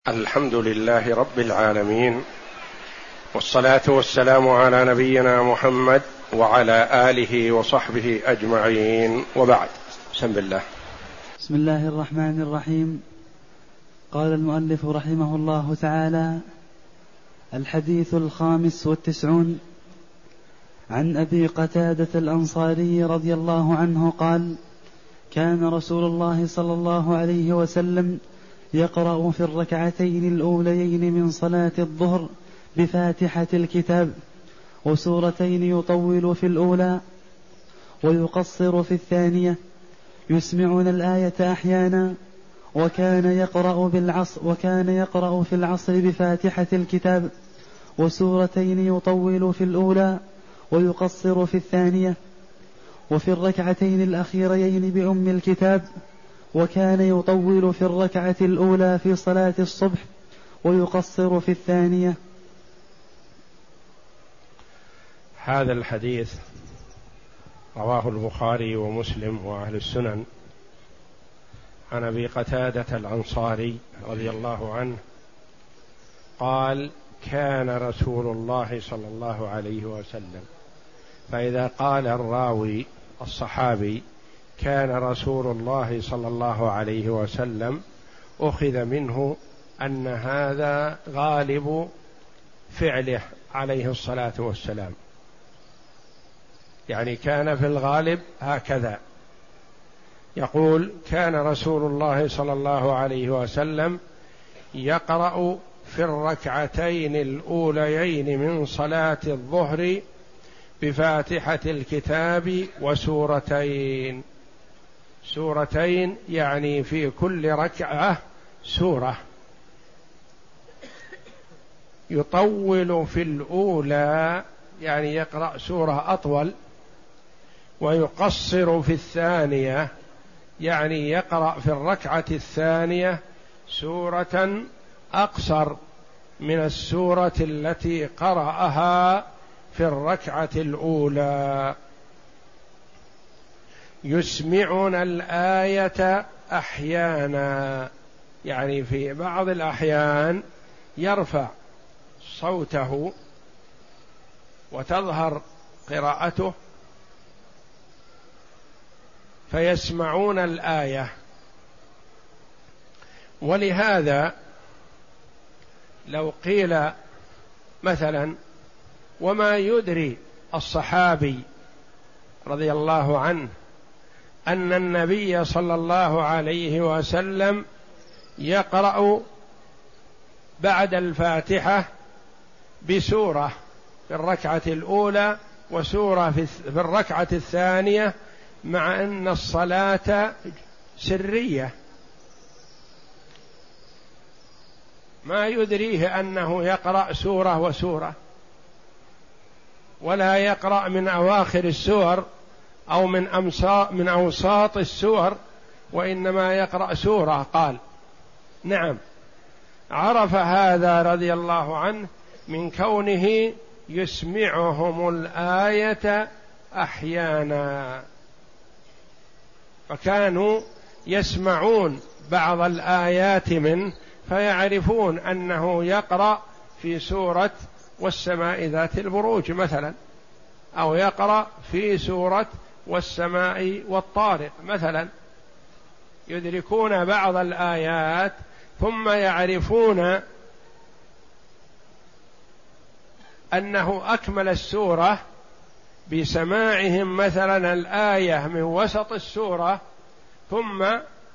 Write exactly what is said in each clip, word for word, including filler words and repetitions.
الحمد لله رب العالمين، والصلاة والسلام على نبينا محمد وعلى آله وصحبه أجمعين، وبعد. بسم الله. بسم الله الرحمن الرحيم. قال المؤلف رحمه الله تعالى: الحديث الخامس والتسعون، عن أبي قتادة الأنصاري رضي الله عنه قال: كان رسول الله صلى الله عليه وسلم يقرأ في الركعتين الأوليين من صلاة الظهر بفاتحة الكتاب وسورتين، يطول في الأولى ويقصر في الثانية، يسمعون الآية أحيانا، وكان يقرأ بالعصر وكان يقرأ في العصر بفاتحة الكتاب وسورتين، يطول في الأولى ويقصر في الثانية، وفي الركعتين الأخيرين بأم الكتاب، وكان يطول في الركعة الأولى في صلاة الصبح ويقصر في الثانية. هذا الحديث رواه البخاري ومسلم وأهل السنن عن أبي قتادة الأنصاري رضي الله عنه قال: كان رسول الله صلى الله عليه وسلم. فإذا قال الراوي الصحابي كان رسول الله صلى الله عليه وسلم، أخذ منه أن هذا غالب فعله عليه الصلاة والسلام، يعني كان في الغالب هكذا يقول: كان رسول الله صلى الله عليه وسلم يقرأ في الركعتين الأوليين من صلاة الظهر بفاتحة الكتاب وسورتين. سورتين يعني في كل ركعة سورة، يطول في الأولى يعني يقرأ سورة أطول، ويقصر في الثانية يعني يقرأ في الركعة الثانية سورة أقصر من السورة التي قرأها في الركعة الأولى. يسمعون الآية أحيانا، يعني في بعض الأحيان يرفع صوته وتظهر قراءته فيسمعون الآية. ولهذا لو قيل مثلا: وما يدري الصحابي رضي الله عنه أن النبي صلى الله عليه وسلم يقرأ بعد الفاتحة بسورة في الركعة الأولى وسورة في الركعة الثانية، مع أن الصلاة سرية، ما يدريه أنه يقرأ سورة وسورة، ولا يقرأ من أواخر السور أو من أمساط من أوساط السور، وإنما يقرأ سورة. قال: نعم، عرف هذا رضي الله عنه من كونه يسمعهم الآية أحيانا، فكانوا يسمعون بعض الآيات منه فيعرفون أنه يقرأ في سورة والسماء ذات البروج مثلا، أو يقرأ في سورة والسماء والطارق مثلا، يدركون بعض الآيات ثم يعرفون أنه أكمل السورة بسماعهم مثلا الآية من وسط السورة، ثم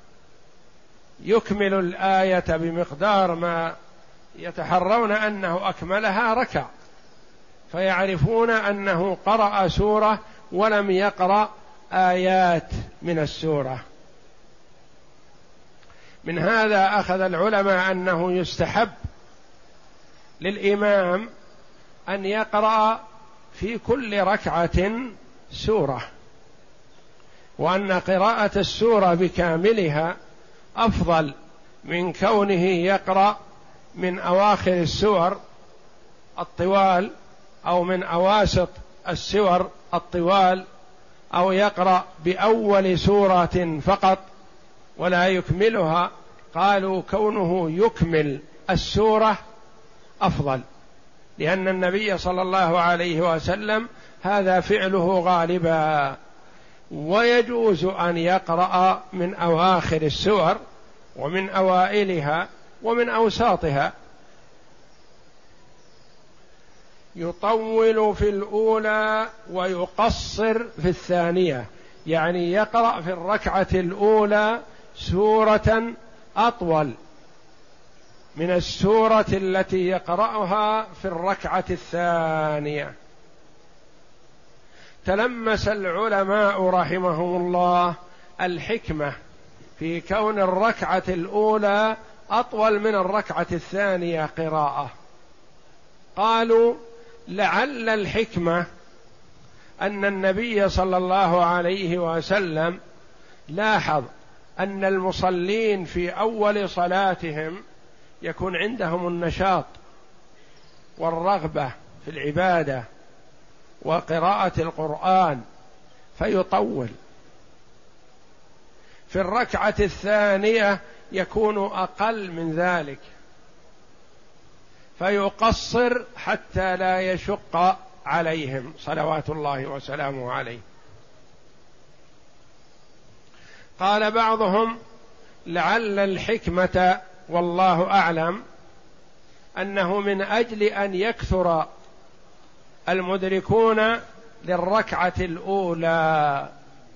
يكمل الآية بمقدار ما يتحرون أنه أكملها ركع، فيعرفون أنه قرأ سورة ولم يقرأ آيات من السورة. من هذا أخذ العلماء أنه يستحب للإمام أن يقرأ في كل ركعة سورة، وأن قراءة السورة بكاملها أفضل من كونه يقرأ من أواخر السور الطوال أو من أواسط السور الطوال، أو يقرأ بأول سورة فقط ولا يكملها. قالوا كونه يكمل السورة أفضل، لأن النبي صلى الله عليه وسلم هذا فعله غالبا، ويجوز أن يقرأ من أواخر السور ومن أوائلها ومن أوساطها. يطول في الأولى ويقصر في الثانية، يعني يقرأ في الركعة الأولى سورة أطول من السورة التي يقرأها في الركعة الثانية. تلمس العلماء رحمهم الله الحكمة في كون الركعة الأولى أطول من الركعة الثانية قراءة. قالوا لعل الحكمة أن النبي صلى الله عليه وسلم لاحظ أن المصلين في أول صلاتهم يكون عندهم النشاط والرغبة في العبادة وقراءة القرآن فيطول، في الركعة الثانية يكون أقل من ذلك فيقصر حتى لا يشق عليهم صلوات الله وسلامه عليه. قال بعضهم لعل الحكمة والله أعلم أنه من أجل أن يكثر المدركون للركعة الأولى،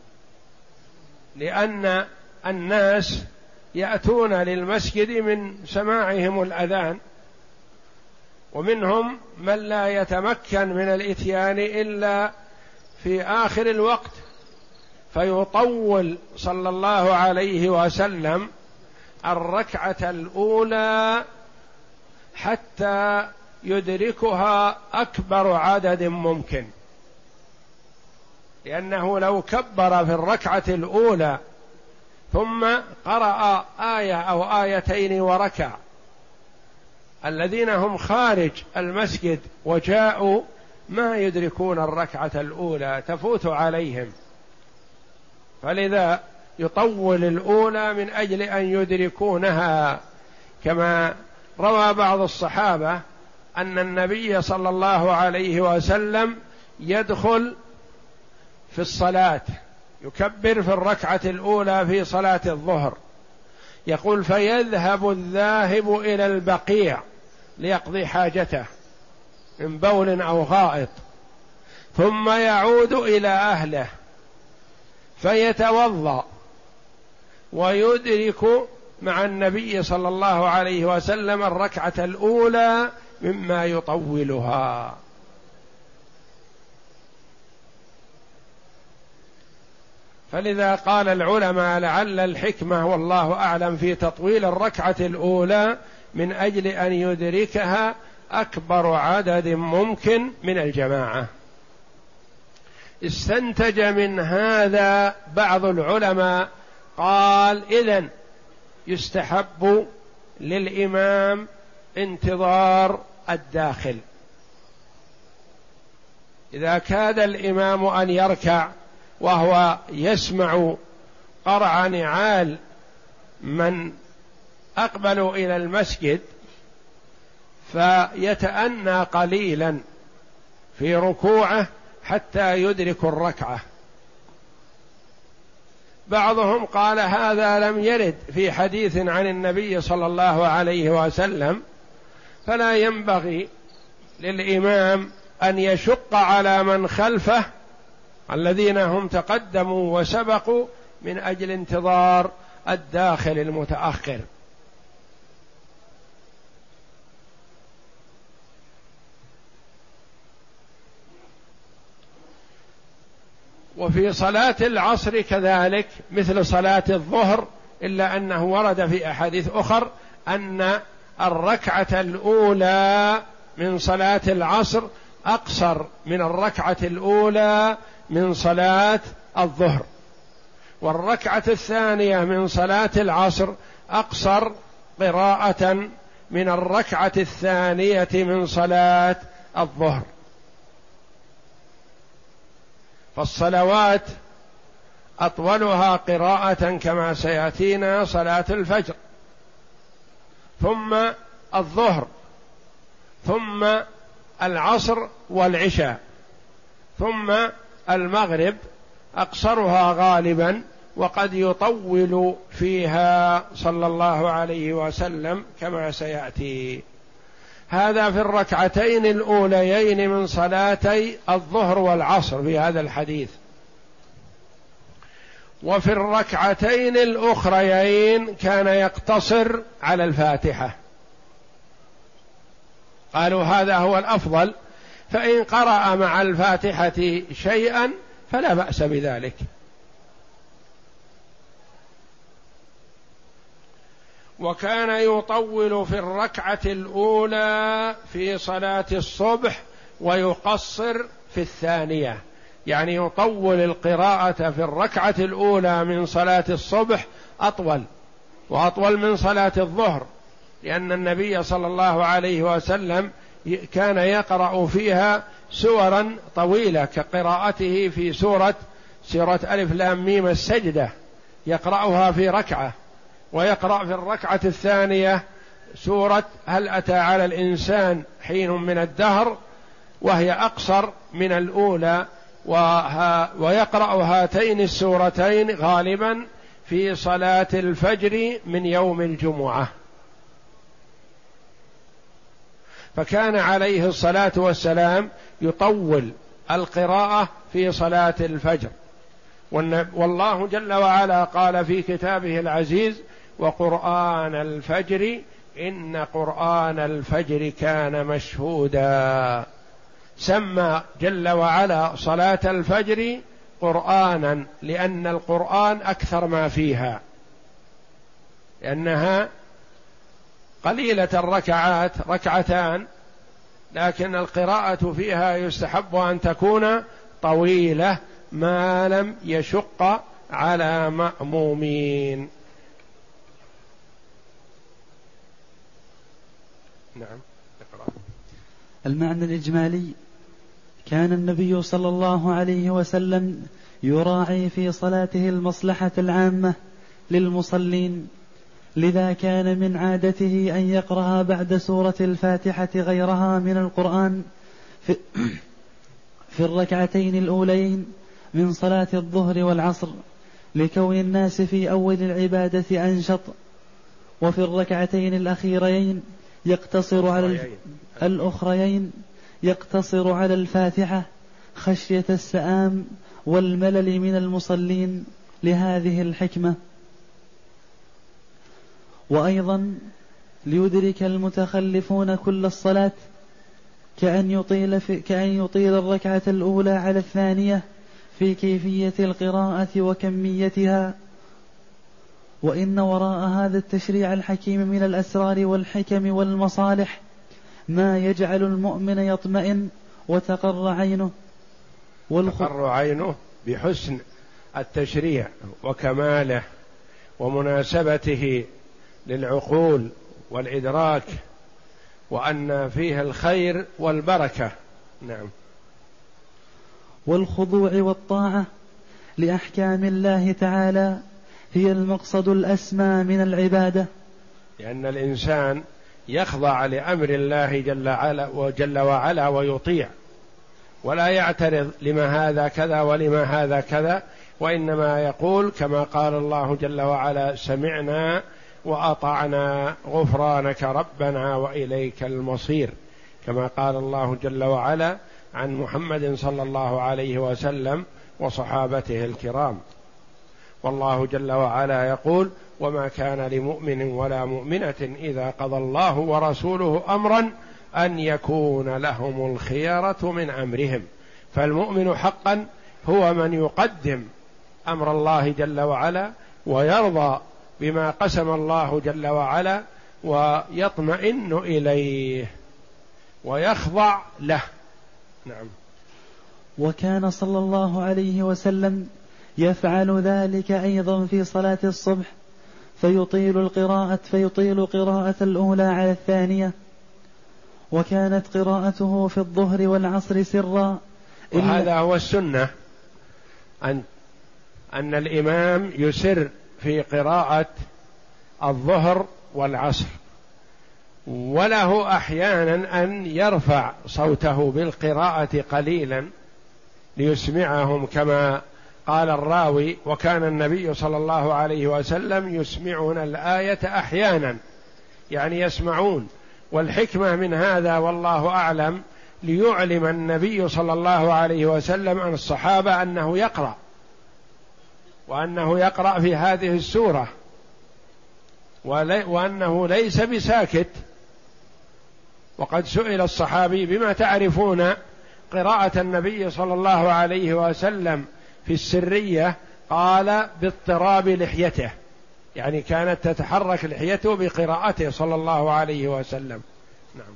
لأن الناس يأتون للمسجد من سماعهم الأذان، ومنهم من لا يتمكن من الإتيان إلا في آخر الوقت، فيطول صلى الله عليه وسلم الركعة الأولى حتى يدركها أكبر عدد ممكن، لأنه لو كبر في الركعة الأولى ثم قرأ آية أو آيتين وركع، الذين هم خارج المسجد وجاءوا ما يدركون الركعة الأولى تفوت عليهم، فلذا يطول الأولى من أجل أن يدركونها. كما روى بعض الصحابة أن النبي صلى الله عليه وسلم يدخل في الصلاة يكبر في الركعة الأولى في صلاة الظهر، يقول فيذهب الذاهب إلى البقيع ليقضي حاجته من بول أو غائط، ثم يعود إلى أهله فيتوضأ ويدرك مع النبي صلى الله عليه وسلم الركعة الأولى مما يطولها. فلذا قال العلماء لعل الحكمة والله أعلم في تطويل الركعة الأولى من أجل أن يدركها أكبر عدد ممكن من الجماعة. استنتج من هذا بعض العلماء قال إذن يستحب للإمام انتظار الداخل، إذا كاد الإمام أن يركع وهو يسمع قرع نعال من أقبلوا إلى المسجد فيتأنى قليلا في ركوعه حتى يدرك الركعة. بعضهم قال هذا لم يرد في حديث عن النبي صلى الله عليه وسلم، فلا ينبغي للإمام أن يشق على من خلفه الذين هم تقدموا وسبقوا من أجل انتظار الداخل المتأخر. وفي صلاة العصر كذلك مثل صلاة الظهر، إلا أنه ورد في أحاديث أخر أن الركعة الأولى من صلاة العصر أقصر من الركعة الأولى من صلاة الظهر، والركعة الثانية من صلاة العصر أقصر قراءة من الركعة الثانية من صلاة الظهر. فالصلوات أطولها قراءة كما سيأتينا صلاة الفجر، ثم الظهر ثم العصر والعشاء ثم المغرب أقصرها غالبا، وقد يطول فيها صلى الله عليه وسلم كما سيأتي. هذا في الركعتين الأوليين من صلاتي الظهر والعصر في هذا الحديث. وفي الركعتين الأخريين كان يقتصر على الفاتحة، قالوا هذا هو الأفضل، فإن قرأ مع الفاتحة شيئا فلا بأس بذلك. وكان يطول في الركعة الأولى في صلاة الصبح ويقصر في الثانية، يعني يطول القراءة في الركعة الأولى من صلاة الصبح أطول وأطول من صلاة الظهر، لأن النبي صلى الله عليه وسلم كان يقرأ فيها سورا طويلة كقراءته في سورة سورة ألف لام ميم السجدة، يقرأها في ركعة، ويقرأ في الركعة الثانية سورة هل أتى على الإنسان حين من الدهر، وهي أقصر من الأولى، ويقرأ هاتين السورتين غالبا في صلاة الفجر من يوم الجمعة. فكان عليه الصلاة والسلام يطول القراءة في صلاة الفجر، والله جل وعلا قال في كتابه العزيز: وقرآن الفجر إن قرآن الفجر كان مشهودا. سمى جل وعلا صلاة الفجر قرآنا لأن القرآن أكثر ما فيها، لأنها قليلة الركعات ركعتان، لكن القراءة فيها يستحب أن تكون طويلة ما لم يشق على مأمومين. نعم. اقرأ. المعنى الإجمالي: كان النبي صلى الله عليه وسلم يراعي في صلاته المصلحة العامة للمصلين، لذا كان من عادته أن يقرأ بعد سورة الفاتحة غيرها من القرآن في, في الركعتين الأولين من صلاة الظهر والعصر، لكون الناس في أول العبادة أنشط، وفي الركعتين الأخيرين يقتصر على الأخريين يقتصر على الفاتحة خشية السآم والملل من المصلين لهذه الحكمة. وأيضا ليدرك المتخلفون كل الصلاة كأن يطيل, في كأن يطيل الركعة الأولى على الثانية في كيفية القراءة وكميتها. وإن وراء هذا التشريع الحكيم من الأسرار والحكم والمصالح ما يجعل المؤمن يطمئن وتقر عينه تقر عينه بحسن التشريع وكماله ومناسبته للعقول والإدراك، وأن فيه الخير والبركة. نعم. والخضوع والطاعة لأحكام الله تعالى هي المقصد الأسمى من العبادة، لأن الإنسان يخضع لأمر الله جل وعلا وجل وعلا ويطيع، ولا يعترض لما هذا كذا ولما هذا كذا، وإنما يقول كما قال الله جل وعلا: سمعنا وأطعنا غفرانك ربنا وإليك المصير، كما قال الله جل وعلا عن محمد صلى الله عليه وسلم وصحابته الكرام. والله جل وعلا يقول: وما كان لمؤمن ولا مؤمنة إذا قضى الله ورسوله أمرا أن يكون لهم الخيرة من أمرهم. فالمؤمن حقا هو من يقدم أمر الله جل وعلا ويرضى بما قسم الله جل وعلا ويطمئن إليه ويخضع له. نعم. وكان صلى الله عليه وسلم يفعل ذلك أيضا في صلاة الصبح، فيطيل القراءة فيطيل قراءة الأولى على الثانية، وكانت قراءته في الظهر والعصر سرا. وهذا هو السنة، أن أن الإمام يسر في قراءة الظهر والعصر، وله أحيانا أن يرفع صوته بالقراءة قليلا ليسمعهم، كما قال الراوي: وكان النبي صلى الله عليه وسلم يسمعنا الآية أحيانا، يعني يسمعون. والحكمة من هذا والله أعلم ليعلم النبي صلى الله عليه وسلم عن الصحابة أنه يقرأ، وأنه يقرأ في هذه السورة، وأنه ليس بساكت. وقد سئل الصحابي: بما تعرفون قراءة النبي صلى الله عليه وسلم في السرية؟ قال: باضطراب لحيته، يعني كانت تتحرك لحيته بقراءته صلى الله عليه وسلم. نعم.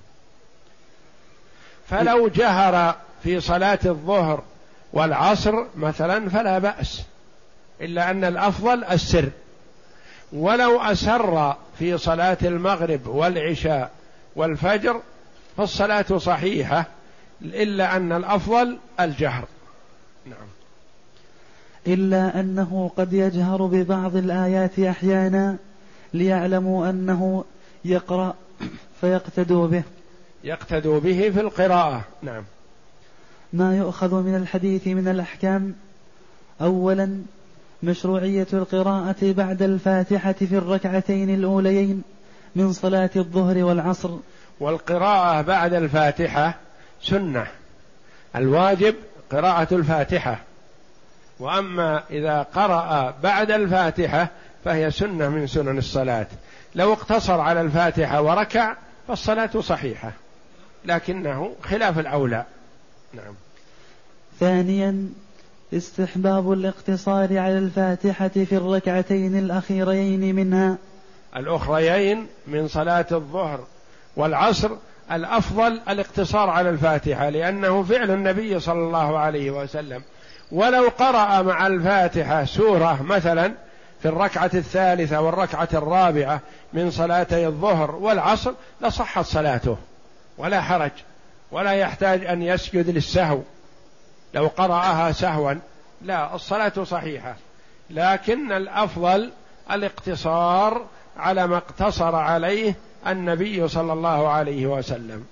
فلو جهر في صلاة الظهر والعصر مثلا فلا بأس، إلا أن الأفضل السر. ولو أسر في صلاة المغرب والعشاء والفجر فالصلاة صحيحة، إلا أن الأفضل الجهر. نعم. إلا أنه قد يجهر ببعض الآيات أحيانا ليعلموا أنه يقرأ فيقتدوا به يقتدوا به في القراءة. نعم. ما يؤخذ من الحديث من الأحكام: أولا مشروعية القراءة بعد الفاتحة في الركعتين الأوليين من صلاة الظهر والعصر. والقراءة بعد الفاتحة سنة، الواجب قراءة الفاتحة، وأما إذا قرأ بعد الفاتحة فهي سنة من سنن الصلاة. لو اقتصر على الفاتحة وركع فالصلاة صحيحة، لكنه خلاف الأولى. نعم. ثانيا استحباب الاقتصار على الفاتحة في الركعتين الأخيرين منها الأخريين من صلاة الظهر والعصر. الأفضل الاقتصار على الفاتحة، لأنه فعل النبي صلى الله عليه وسلم. ولو قرأ مع الفاتحة سورة مثلا في الركعة الثالثة والركعة الرابعة من صلاتي الظهر والعصر لصحت صلاته ولا حرج، ولا يحتاج أن يسجد للسهو لو قرأها سهوا، لا، الصلاة صحيحة. لكن الأفضل الاقتصار على ما اقتصر عليه النبي صلى الله عليه وسلم.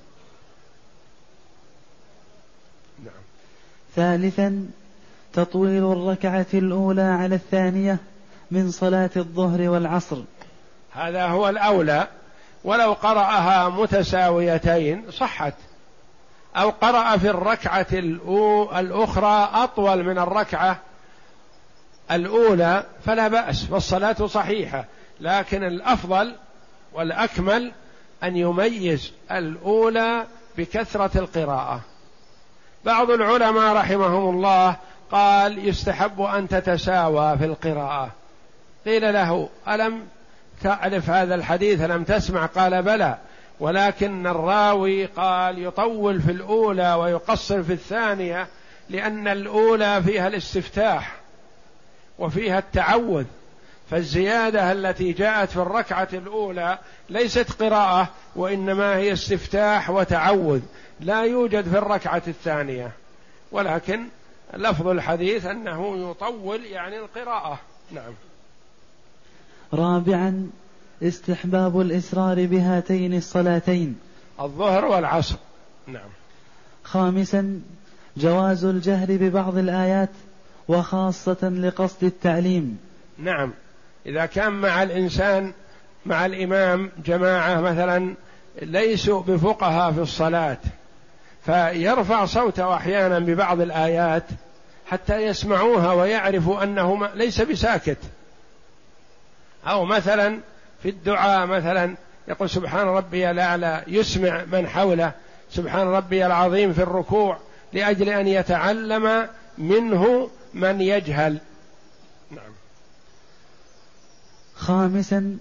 نعم. ثالثا تطويل الركعة الأولى على الثانية من صلاة الظهر والعصر، هذا هو الأولى. ولو قرأها متساويتين صحت، أو قرأ في الركعة الأخرى أطول من الركعة الأولى فلا بأس، فالصلاة صحيحة. لكن الأفضل والأكمل أن يميز الأولى بكثرة القراءة. بعض العلماء رحمهم الله قال: يستحب أن تتساوى في القراءة. قيل له: ألم تعرف هذا الحديث؟ ألم تسمع؟ قال: بلى، ولكن الراوي قال يطول في الأولى ويقصر في الثانية، لأن الأولى فيها الاستفتاح وفيها التعوذ، فالزيادة التي جاءت في الركعة الأولى ليست قراءة، وإنما هي استفتاح وتعوذ، لا يوجد في الركعة الثانية. ولكن لفظ الحديث أنه يطول يعني القراءة. نعم. رابعا استحباب الإسرار بهاتين الصلاتين الظهر والعصر. نعم. خامسا جواز الجهر ببعض الآيات وخاصة لقصد التعليم. نعم. إذا كان مع الإنسان مع الإمام جماعة مثلا ليسوا بفقهاء في الصلاة، فيرفع صوته أحيانا ببعض الآيات حتى يسمعوها ويعرفوا أنه ليس بساكت. أو مثلا في الدعاء مثلا يقول: سبحان ربي الأعلى، يسمع من حوله سبحان ربي العظيم في الركوع، لأجل أن يتعلم منه من يجهل. نعم. خامسا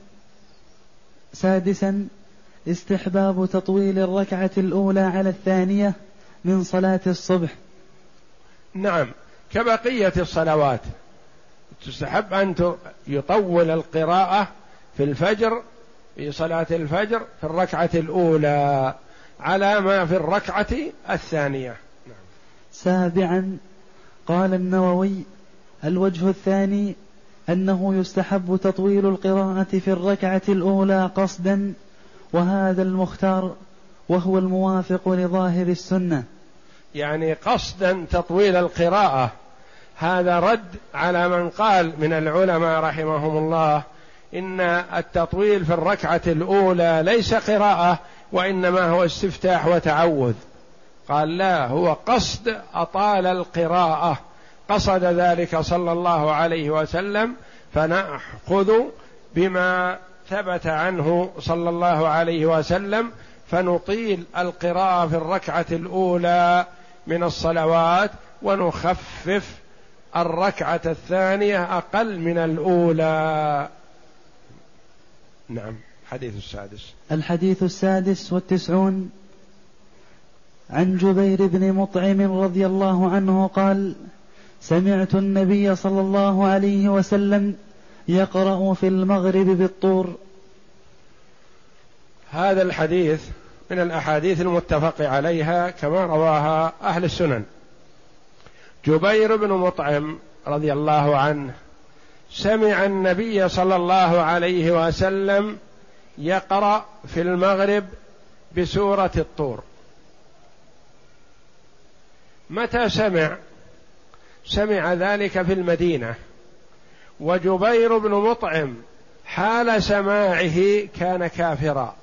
سادسا استحباب تطويل الركعة الأولى على الثانية من صلاة الصبح. نعم، كبقية الصلوات تستحب أن يطول القراءة في الفجر، في صلاة الفجر في الركعة الأولى على ما في الركعة الثانية. نعم. سابعا قال النووي: الوجه الثاني أنه يستحب تطويل القراءة في الركعة الأولى قصدا، وهذا المختار وهو الموافق لظاهر السنة. يعني قصدا تطويل القراءة، هذا رد على من قال من العلماء رحمهم الله إن التطويل في الركعة الأولى ليس قراءة وإنما هو استفتاح وتعوذ. قال لا، هو قصد أطال القراءة، قصد ذلك صلى الله عليه وسلم، فنأخذ بما ثبت عنه صلى الله عليه وسلم فنطيل القراءة في الركعة الأولى من الصلوات ونخفف الركعة الثانية أقل من الأولى. نعم. الحديث السادس. الحديث السادس والتسعون عن جبير بن مطعم رضي الله عنه قال: سمعت النبي صلى الله عليه وسلم يقرأ في المغرب بالطور. هذا الحديث من الأحاديث المتفق عليها كما رواها أهل السنن. جبير بن مطعم رضي الله عنه سمع النبي صلى الله عليه وسلم يقرأ في المغرب بسورة الطور. متى سمع؟ سمع ذلك في المدينة، وجبير بن مطعم حال سماعه كان كافرا،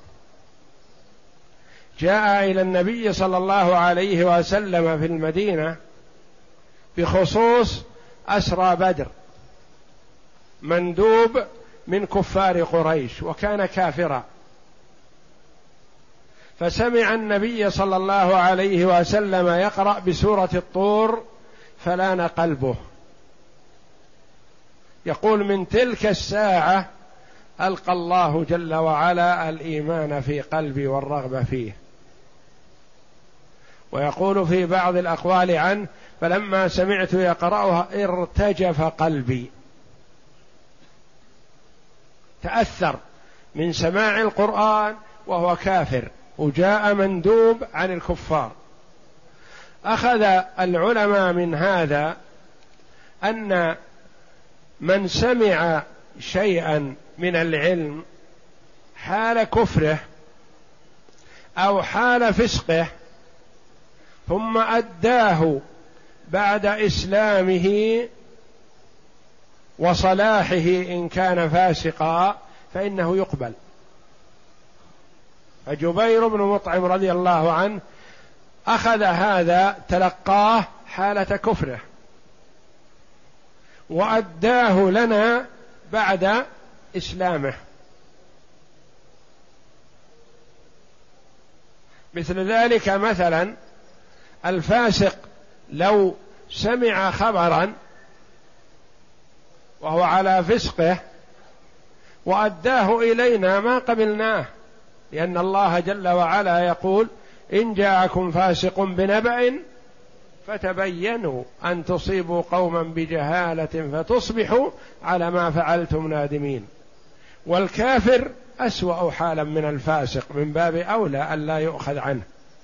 جاء إلى النبي صلى الله عليه وسلم في المدينة بخصوص أسرى بدر، مندوب من كفار قريش وكان كافرا، فسمع النبي صلى الله عليه وسلم يقرأ بسورة الطور فلان قلبه. يقول: من تلك الساعة ألقى الله جل وعلا الإيمان في قلبي والرغبة فيه. ويقول في بعض الأقوال عنه: فلما سمعت يقرأها ارتجف قلبي، تأثر من سماع القرآن وهو كافر، وجاء مندوب عن الكفار. أخذ العلماء من هذا أن من سمع شيئا من العلم حال كفره أو حال فسقه ثم أداه بعد إسلامه وصلاحه إن كان فاسقا فإنه يقبل. فجبير بن مطعم رضي الله عنه أخذ هذا، تلقاه حالة كفره وأداه لنا بعد إسلامه. مثل ذلك مثلا الفاسق لو سمع خبرا وهو على فسقه وأداه إلينا ما قبلناه، لأن الله جل وعلا يقول: إن جاءكم فاسق بنبأ فتبينوا أن تصيبوا قوما بجهالة فتصبحوا على ما فعلتم نادمين. والكافر أسوأ حالا من الفاسق، من باب أولى أن لا يؤخذ عنه.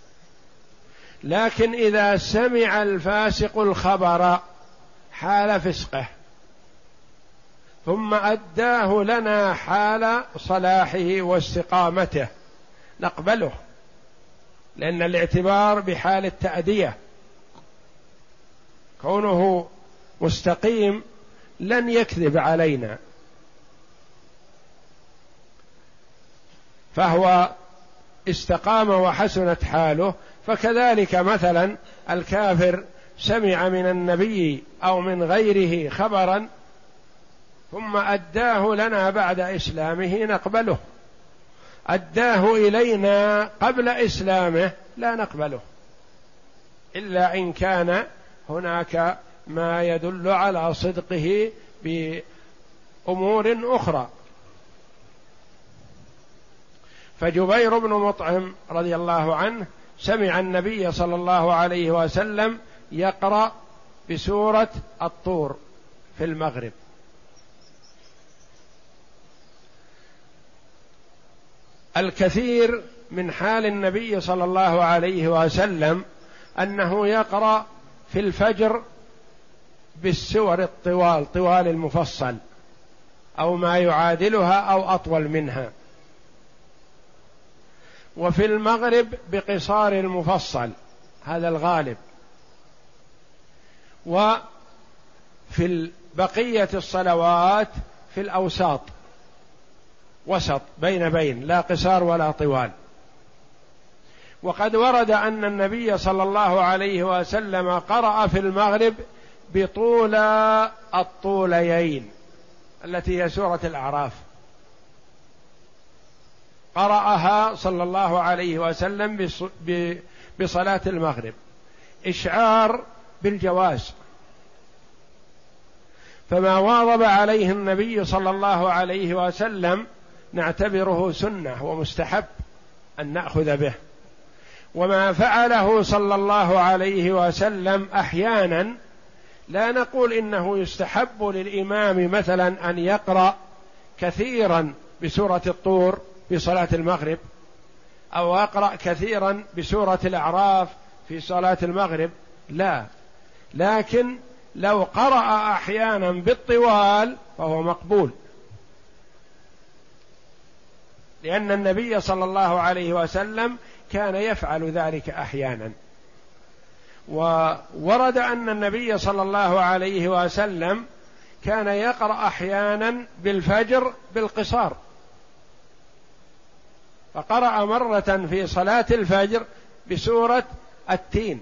لكن إذا سمع الفاسق الخبر حال فسقه ثم أداه لنا حال صلاحه واستقامته نقبله، لأن الاعتبار بحال التأدية، كونه مستقيم لن يكذب علينا، فهو استقام وحسنت حاله. فكذلك مثلا الكافر سمع من النبي أو من غيره خبرا ثم أداه لنا بعد إسلامه نقبله، أداه إلينا قبل إسلامه لا نقبله، إلا إن كان هناك ما يدل على صدقه بأمور أخرى. فجبير بن مطعم رضي الله عنه سمع النبي صلى الله عليه وسلم يقرأ بسورة الطور في المغرب. الكثير من حال النبي صلى الله عليه وسلم أنه يقرأ في الفجر بالسور الطوال، طوال المفصل أو ما يعادلها أو أطول منها. وفي المغرب بقصار المفصل، هذا الغالب. وفي بقية الصلوات في الأوساط، وسط بين بين، لا قصار ولا طوال. وقد ورد أن النبي صلى الله عليه وسلم قرأ في المغرب بطول الطوليين التي هي سورة الأعراف، قرأها صلى الله عليه وسلم بصلاة المغرب، إشعار بالجواز. فما واظب عليه النبي صلى الله عليه وسلم نعتبره سنة ومستحب أن نأخذ به، وما فعله صلى الله عليه وسلم أحيانا لا نقول إنه يستحب للإمام مثلا أن يقرأ كثيرا بسورة الطور في صلاة المغرب، أو أقرأ كثيرا بسورة الأعراف في صلاة المغرب، لا، لكن لو قرأ أحيانا بالطوال فهو مقبول، لأن النبي صلى الله عليه وسلم كان يفعل ذلك أحيانا. وورد أن النبي صلى الله عليه وسلم كان يقرأ أحيانا بالفجر بالقصار، فقرأ مرة في صلاة الفجر بسورة التين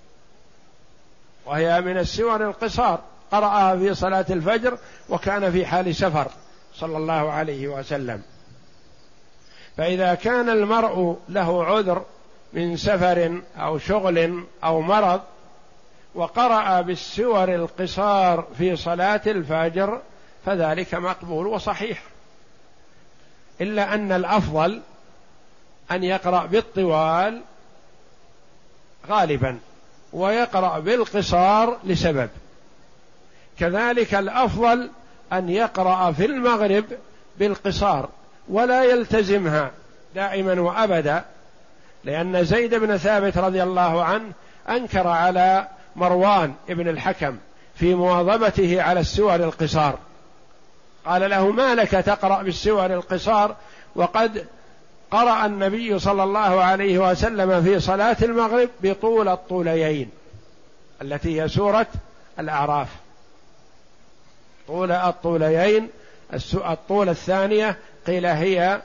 وهي من السور القصار، قرأها في صلاة الفجر وكان في حال سفر صلى الله عليه وسلم. فإذا كان المرء له عذر من سفر أو شغل أو مرض وقرأ بالسور القصار في صلاة الفجر فذلك مقبول وصحيح، إلا أن الأفضل أن يقرأ بالطوال غالبا ويقرأ بالقصار لسبب. كذلك الأفضل أن يقرأ في المغرب بالقصار ولا يلتزمها دائما وأبدا، لأن زيد بن ثابت رضي الله عنه أنكر على مروان ابن الحكم في مواظبته على السور القصار، قال له: ما لك تقرأ بالسور القصار وقد قرأ النبي صلى الله عليه وسلم في صلاة المغرب بطول الطوليين التي هي سورة الأعراف. طول الطوليين الطول الثانية قيل هي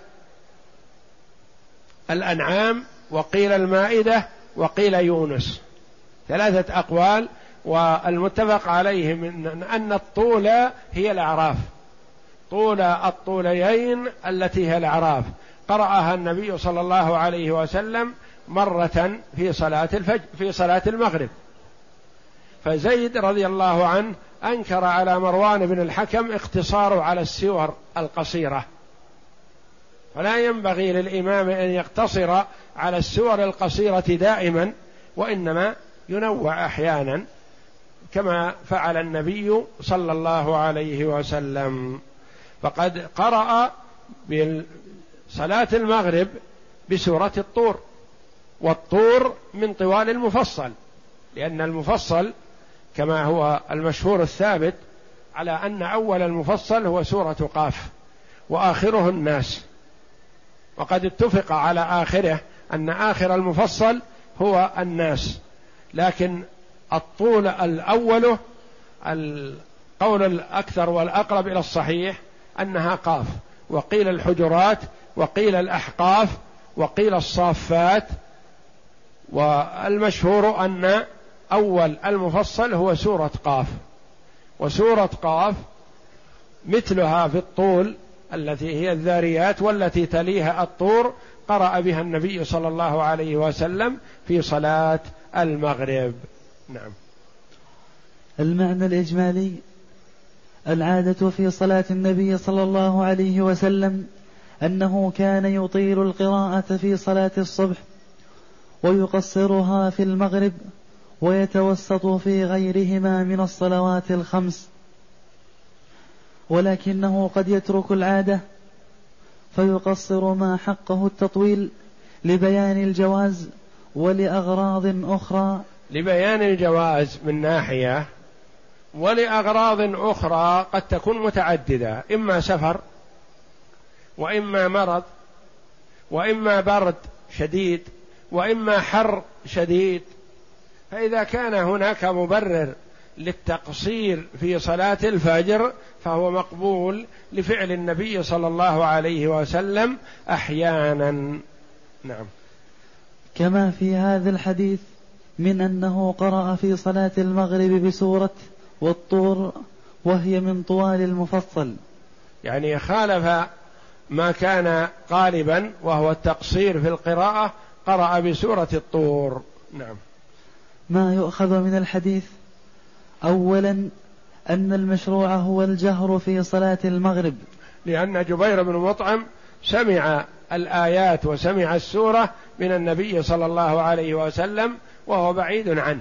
الأنعام، وقيل المائدة، وقيل يونس، ثلاثة أقوال، والمتفق عليه من أن الطول هي الأعراف، طول الطوليين التي هي الأعراف قرأها النبي صلى الله عليه وسلم مرة في صلاة الفجر في صلاة المغرب. فزيد رضي الله عنه أنكر على مروان بن الحكم اقتصاره على السور القصيرة، فلا ينبغي للإمام أن يقتصر على السور القصيرة دائما، وإنما ينوع أحيانا كما فعل النبي صلى الله عليه وسلم. فقد قرأ بصلاة المغرب بسورة الطور، والطور من طوال المفصل، لأن المفصل كما هو المشهور الثابت على أن أول المفصل هو سورة قاف وآخره الناس، وقد اتفق على آخره أن آخر المفصل هو الناس، لكن الطول الأول القول الأكثر والأقرب إلى الصحيح أنها قاف، وقيل الحجرات، وقيل الأحقاف، وقيل الصافات، والمشهور أن أول المفصل هو سورة قاف، وسورة قاف مثلها في الطول التي هي الذاريات والتي تليها الطور قرأ بها النبي صلى الله عليه وسلم في صلاة المغرب. نعم. المعنى الإجمالي: العادة في صلاة النبي صلى الله عليه وسلم أنه كان يطيل القراءة في صلاة الصبح ويقصرها في المغرب ويتوسط في غيرهما من الصلوات الخمس، ولكنه قد يترك العادة فيقصر ما حقه التطويل لبيان الجواز ولأغراض أخرى لبيان الجواز من ناحية، ولأغراض أخرى قد تكون متعددة، إما سفر، وإما مرض، وإما برد شديد وإما حر شديد. فإذا كان هناك مبرر للتقصير في صلاة الفجر فهو مقبول لفعل النبي صلى الله عليه وسلم أحيانا. نعم. كما في هذا الحديث من أنه قرأ في صلاة المغرب بسورة والطور وهي من طوال المفصل، يعني خالف ما كان غالبا وهو التقصير في القراءة، قرأ بسورة الطور. نعم. ما يؤخذ من الحديث: أولا أن المشروع هو الجهر في صلاة المغرب، لأن جبير بن مطعم سمع الآيات وسمع السورة من النبي صلى الله عليه وسلم وهو بعيد عنه،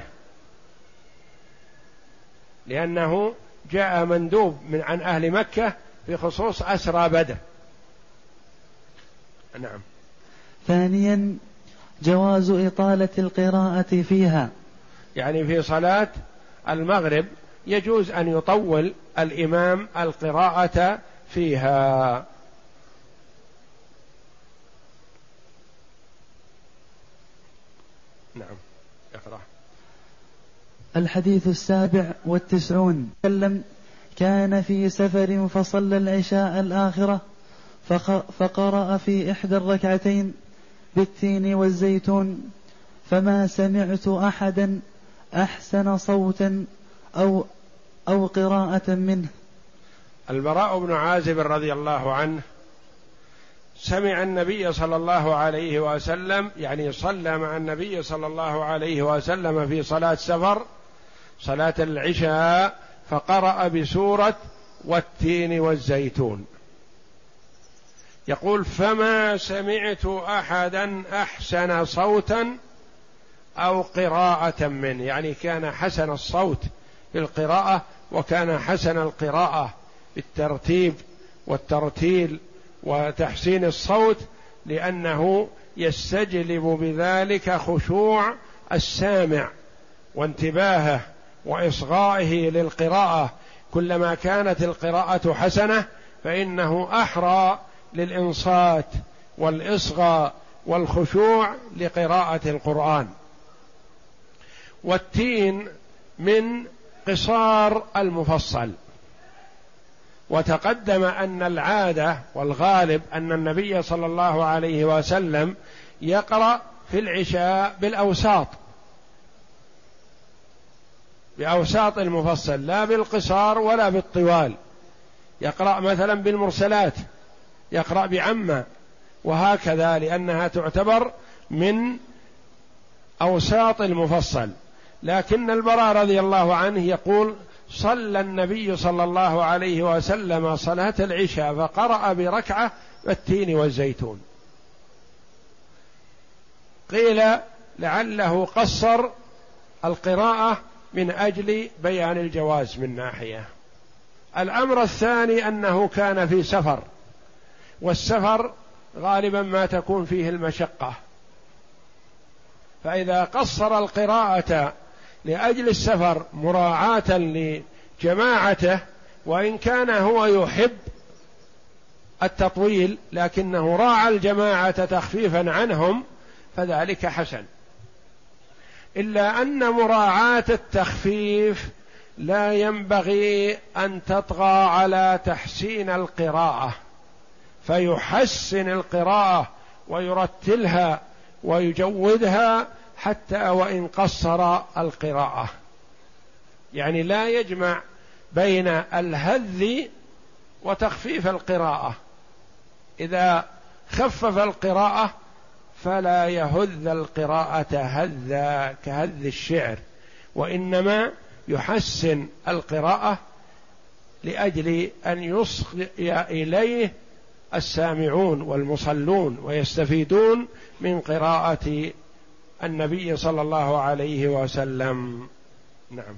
لأنه جاء مندوب من عن أهل مكة في خصوص أسرى بدر. نعم. ثانيا جواز إطالة القراءة فيها، يعني في صلاة المغرب يجوز أن يطول الإمام القراءة فيها. نعم. اقرأ. الحديث السابع والتسعون: كان في سفر فصلى العشاء الآخرة فقرأ في إحدى الركعتين بالتين والزيتون، فما سمعت أحدا أحسن صوتا أو أو قراءة منه. البراء بن عازب رضي الله عنه سمع النبي صلى الله عليه وسلم، يعني صلى مع النبي صلى الله عليه وسلم في صلاة سفر صلاة العشاء، فقرأ بسورة والتين والزيتون. يقول: فما سمعت أحدا أحسن صوتا أو قراءة منه، يعني كان حسن الصوت في القراءة وكان حسن القراءة بالترتيب والترتيل وتحسين الصوت، لأنه يستجلب بذلك خشوع السامع وانتباهه وإصغائه للقراءة. كلما كانت القراءة حسنة فإنه أحرى للإنصات والإصغاء والخشوع لقراءة القرآن. والتين من قصار المفصل، وتقدم أن العادة والغالب أن النبي صلى الله عليه وسلم يقرأ في العشاء بالأوساط، بأوساط المفصل، لا بالقصار ولا بالطوال. يقرأ مثلا بالمرسلات، يقرأ بعمة، وهكذا، لأنها تعتبر من أوساط المفصل. لكن البراء رضي الله عنه يقول: صلى النبي صلى الله عليه وسلم صلاة العشاء فقرأ بركعة التين والزيتون. قيل لعله قصر القراءة من أجل بيان الجواز من ناحية. الأمر الثاني أنه كان في سفر، والسفر غالبا ما تكون فيه المشقة، فإذا قصر القراءة لأجل السفر مراعاة لجماعته، وإن كان هو يحب التطويل لكنه راعى الجماعة تخفيفا عنهم، فذلك حسن. إلا أن مراعاة التخفيف لا ينبغي أن تطغى على تحسين القراءة، فيحسن القراءة ويرتلها ويجودها حتى وإن قصر القراءة، يعني لا يجمع بين الهذ وتخفيف القراءة. إذا خفف القراءة فلا يهذ القراءة هذا كهذ الشعر، وإنما يحسن القراءة لأجل أن يصغي إليه السامعون والمصلون ويستفيدون من قراءة النبي صلى الله عليه وسلم. نعم.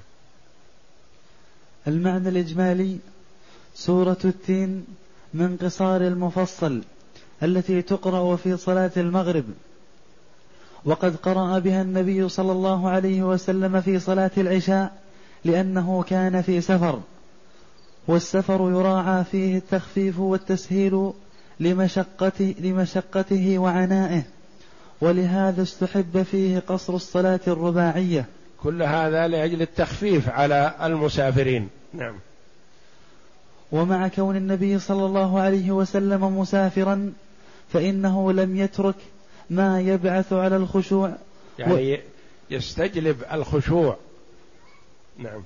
المعنى الإجمالي: سورة التين من قصار المفصل التي تقرأ في صلاة المغرب، وقد قرأ بها النبي صلى الله عليه وسلم في صلاة العشاء لأنه كان في سفر، والسفر يراعى فيه التخفيف والتسهيل لمشقته, لمشقته وعنائه، ولهذا استحب فيه قصر الصلاة الرباعية. كل هذا لأجل التخفيف على المسافرين. نعم. ومع كون النبي صلى الله عليه وسلم مسافرا فإنه لم يترك ما يبعث على الخشوع، يعني و... يستجلب الخشوع. نعم.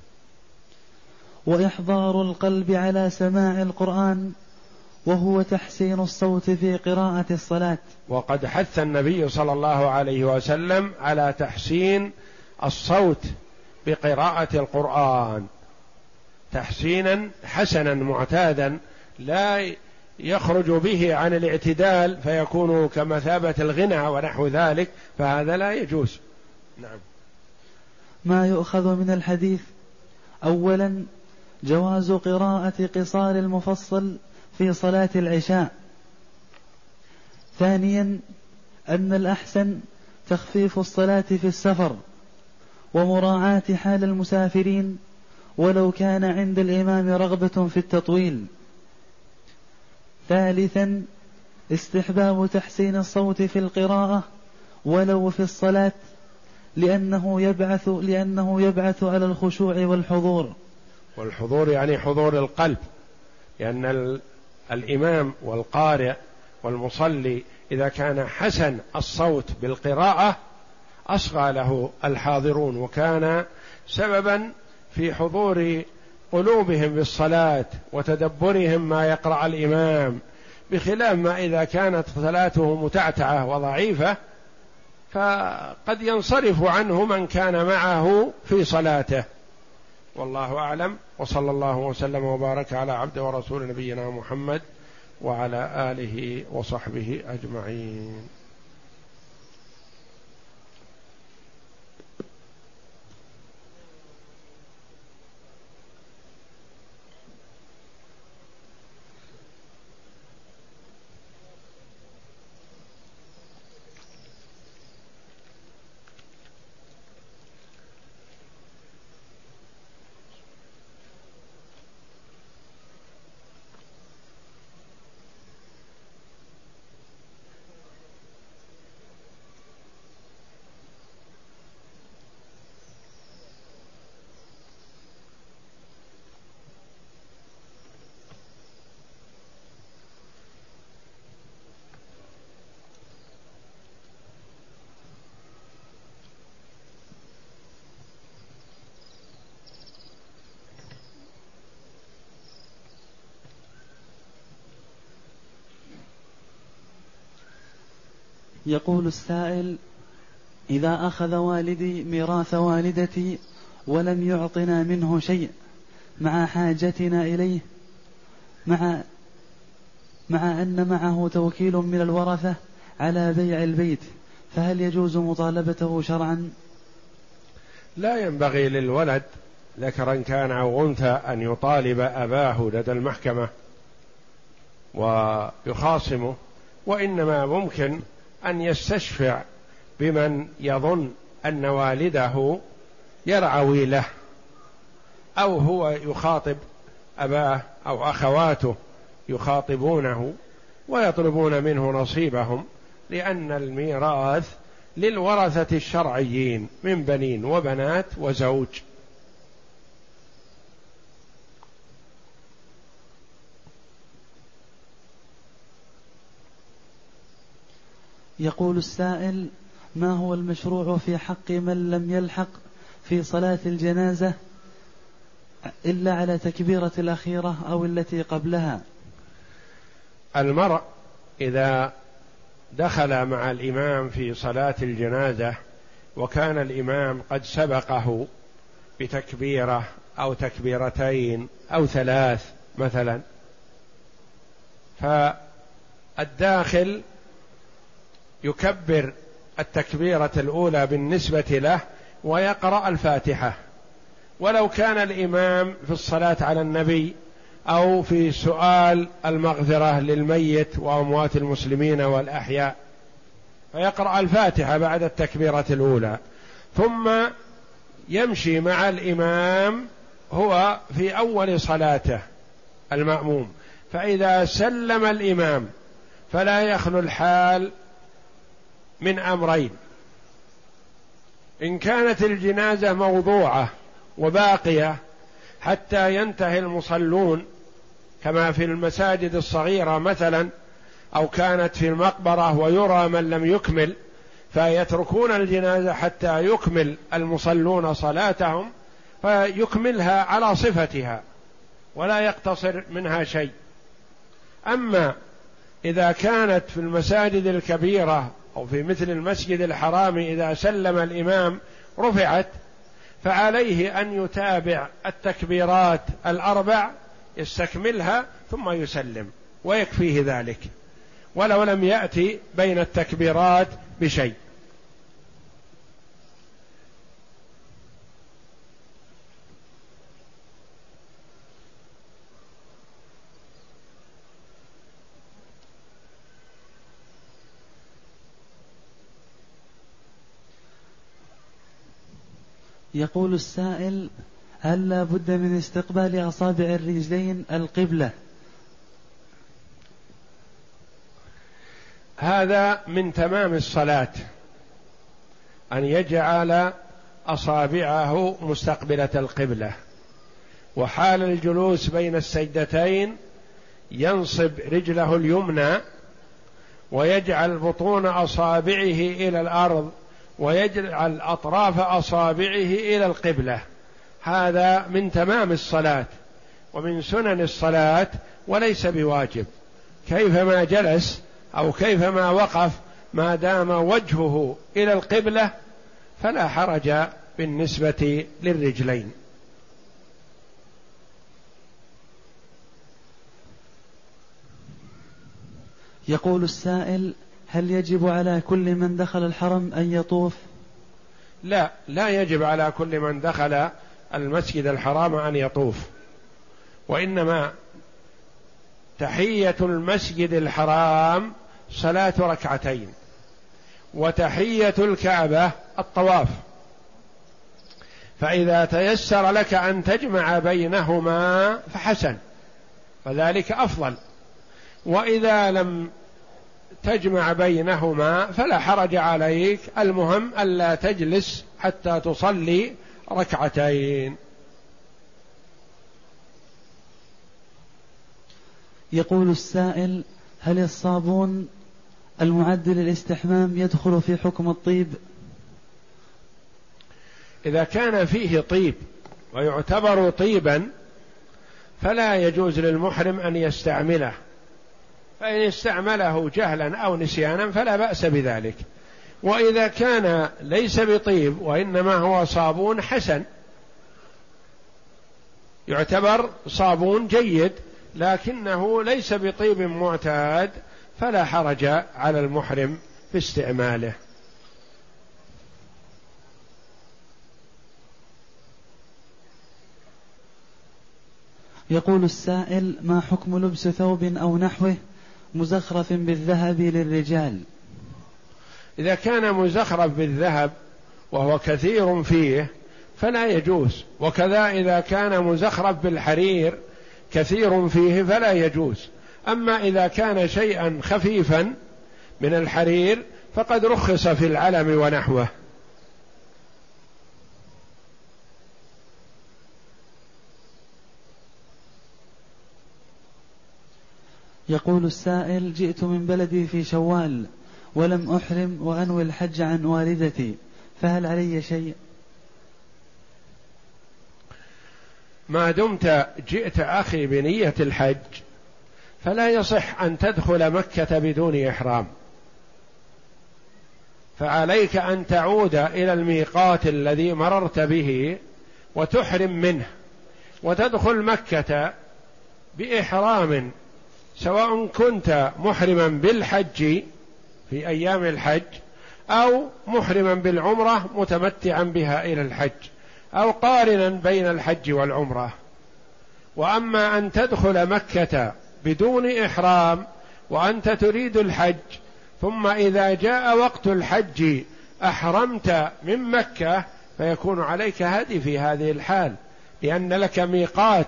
وإحضار القلب على سماع القرآن، وهو تحسين الصوت في قراءة الصلاة. وقد حث النبي صلى الله عليه وسلم على تحسين الصوت بقراءة القرآن تحسينا حسنا معتادا، لا يخرج به عن الاعتدال فيكون كمثابة الغنى ونحو ذلك، فهذا لا يجوز. نعم. ما يؤخذ من الحديث: أولا جواز قراءة قصار المفصل في صلاة العشاء. ثانيا أن الأحسن تخفيف الصلاة في السفر ومراعاة حال المسافرين ولو كان عند الإمام رغبة في التطويل. ثالثا استحباب تحسين الصوت في القراءة ولو في الصلاة، لأنه يبعث لأنه يبعث على الخشوع والحضور. والحضور يعني حضور القلب، لأن الإمام والقارئ والمصلي إذا كان حسن الصوت بالقراءة أصغى له الحاضرون، وكان سببا في حضور قلوبهم بالصلاة وتدبرهم ما يقرأ الإمام، بخلاف ما إذا كانت صلاته متعتعة وضعيفة فقد ينصرف عنه من كان معه في صلاته. والله أعلم، وصلى الله وسلم وبارك على عبد ورسول نبينا محمد وعلى آله وصحبه أجمعين. يقول السائل: إذا أخذ والدي ميراث والدتي ولم يعطنا منه شيء مع حاجتنا إليه، مع مع أن معه توكيل من الورثة على بيع البيت، فهل يجوز مطالبته شرعا؟ لا ينبغي للولد ذكرا كان أو أنثى أن يطالب أباه لدى المحكمة ويخاصمه، وإنما ممكن أن يستشفع بمن يظن أن والده يرعوي له، أو هو يخاطب أباه أو أخواته يخاطبونه ويطلبون منه نصيبهم، لأن الميراث للورثة الشرعيين من بنين وبنات وزوج. يقول السائل: ما هو المشروع في حق من لم يلحق في صلاة الجنازة إلا على تكبيرة الأخيرة أو التي قبلها؟ المرء إذا دخل مع الإمام في صلاة الجنازة وكان الإمام قد سبقه بتكبيرة أو تكبيرتين أو ثلاث مثلا، فالداخل يكبر التكبيرة الأولى بالنسبة له ويقرأ الفاتحة، ولو كان الإمام في الصلاة على النبي أو في سؤال المغفرة للميت وأموات المسلمين والأحياء، فيقرأ الفاتحة بعد التكبيرة الأولى، ثم يمشي مع الإمام هو في أول صلاته المأموم، فإذا سلم الإمام فلا يخلو الحال من أمرين: إن كانت الجنازة موضوعة وباقية حتى ينتهي المصلون كما في المساجد الصغيرة مثلا، أو كانت في المقبرة ويرى من لم يكمل فيتركون الجنازة حتى يكمل المصلون صلاتهم فيكملها على صفتها ولا يقتصر منها شيء. أما إذا كانت في المساجد الكبيرة أو في مثل المسجد الحرام إذا سلم الإمام رفعت، فعليه أن يتابع التكبيرات الأربع يستكملها ثم يسلم ويكفيه ذلك ولو لم يأتي بين التكبيرات بشيء. يقول السائل: هل لا بد من استقبال أصابع الرجلين القبلة؟ هذا من تمام الصلاة، أن يجعل أصابعه مستقبلة القبلة، وحال الجلوس بين السجدتين ينصب رجله اليمنى ويجعل بطون أصابعه إلى الأرض ويجعل أطراف أصابعه إلى القبلة. هذا من تمام الصلاة ومن سنن الصلاة وليس بواجب. كيفما جلس أو كيفما وقف ما دام وجهه إلى القبلة فلا حرج بالنسبة للرجلين. يقول السائل: هل يجب على كل من دخل الحرم أن يطوف؟ لا، لا يجب على كل من دخل المسجد الحرام أن يطوف، وإنما تحية المسجد الحرام صلاة ركعتين، وتحية الكعبة الطواف، فإذا تيسر لك أن تجمع بينهما فحسن، فذلك أفضل، وإذا لم تجمع بينهما فلا حرج عليك، المهم ألا تجلس حتى تصلي ركعتين. يقول السائل: هل الصابون المعد للاستحمام يدخل في حكم الطيب؟ إذا كان فيه طيب ويعتبر طيبا فلا يجوز للمحرم أن يستعمله، فإن استعمله جهلا أو نسيانا فلا بأس بذلك. وإذا كان ليس بطيب وإنما هو صابون حسن يعتبر صابون جيد لكنه ليس بطيب معتاد فلا حرج على المحرم في استعماله. يقول السائل: ما حكم لبس ثوب أو نحوه مزخرف بالذهب للرجال؟ إذا كان مزخرف بالذهب وهو كثير فيه فلا يجوز، وكذا إذا كان مزخرف بالحرير كثير فيه فلا يجوز. أما إذا كان شيئا خفيفا من الحرير فقد رخص في العلم ونحوه. يقول السائل: جئت من بلدي في شوال ولم أحرم وأنوي الحج عن والدتي، فهل علي شيء؟ ما دمت جئت أخي بنية الحج فلا يصح أن تدخل مكة بدون إحرام، فعليك أن تعود إلى الميقات الذي مررت به وتحرم منه وتدخل مكة بإحرام، سواء كنت محرما بالحج في أيام الحج أو محرما بالعمرة متمتعا بها إلى الحج أو قارنا بين الحج والعمرة. وأما أن تدخل مكة بدون إحرام وأنت تريد الحج ثم إذا جاء وقت الحج أحرمت من مكة فيكون عليك هدي في هذه الحال، لأن لك ميقات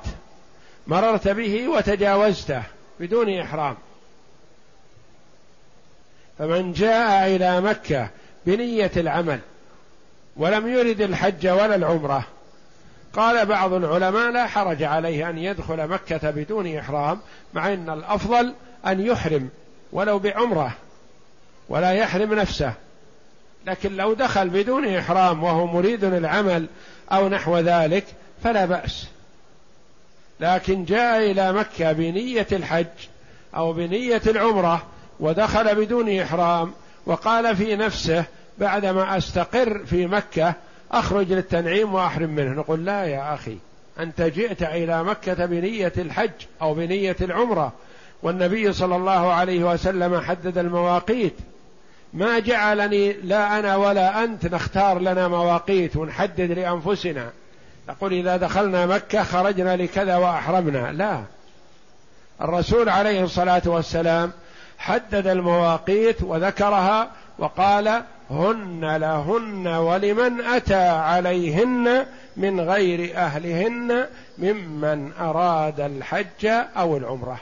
مررت به وتجاوزته بدون إحرام. فمن جاء إلى مكة بنية العمل ولم يرد الحج ولا العمرة، قال بعض العلماء لا حرج عليه أن يدخل مكة بدون إحرام، مع أن الأفضل أن يحرم ولو بعمرة ولا يحرم نفسه، لكن لو دخل بدون إحرام وهو مريد العمل أو نحو ذلك فلا بأس. لكن جاء إلى مكة بنية الحج أو بنية العمرة ودخل بدون إحرام وقال في نفسه بعدما أستقر في مكة أخرج للتنعيم وأحرم منه، نقول لا يا أخي، أنت جئت إلى مكة بنية الحج أو بنية العمرة، والنبي صلى الله عليه وسلم حدد المواقيت، ما جعلني لا أنا ولا أنت نختار لنا مواقيت ونحدد لأنفسنا نقول إذا دخلنا مكة خرجنا لكذا وأحرمنا، لا، الرسول عليه الصلاة والسلام حدد المواقيت وذكرها وقال هن لهن ولمن أتى عليهن من غير أهلهن ممن أراد الحج أو العمرة.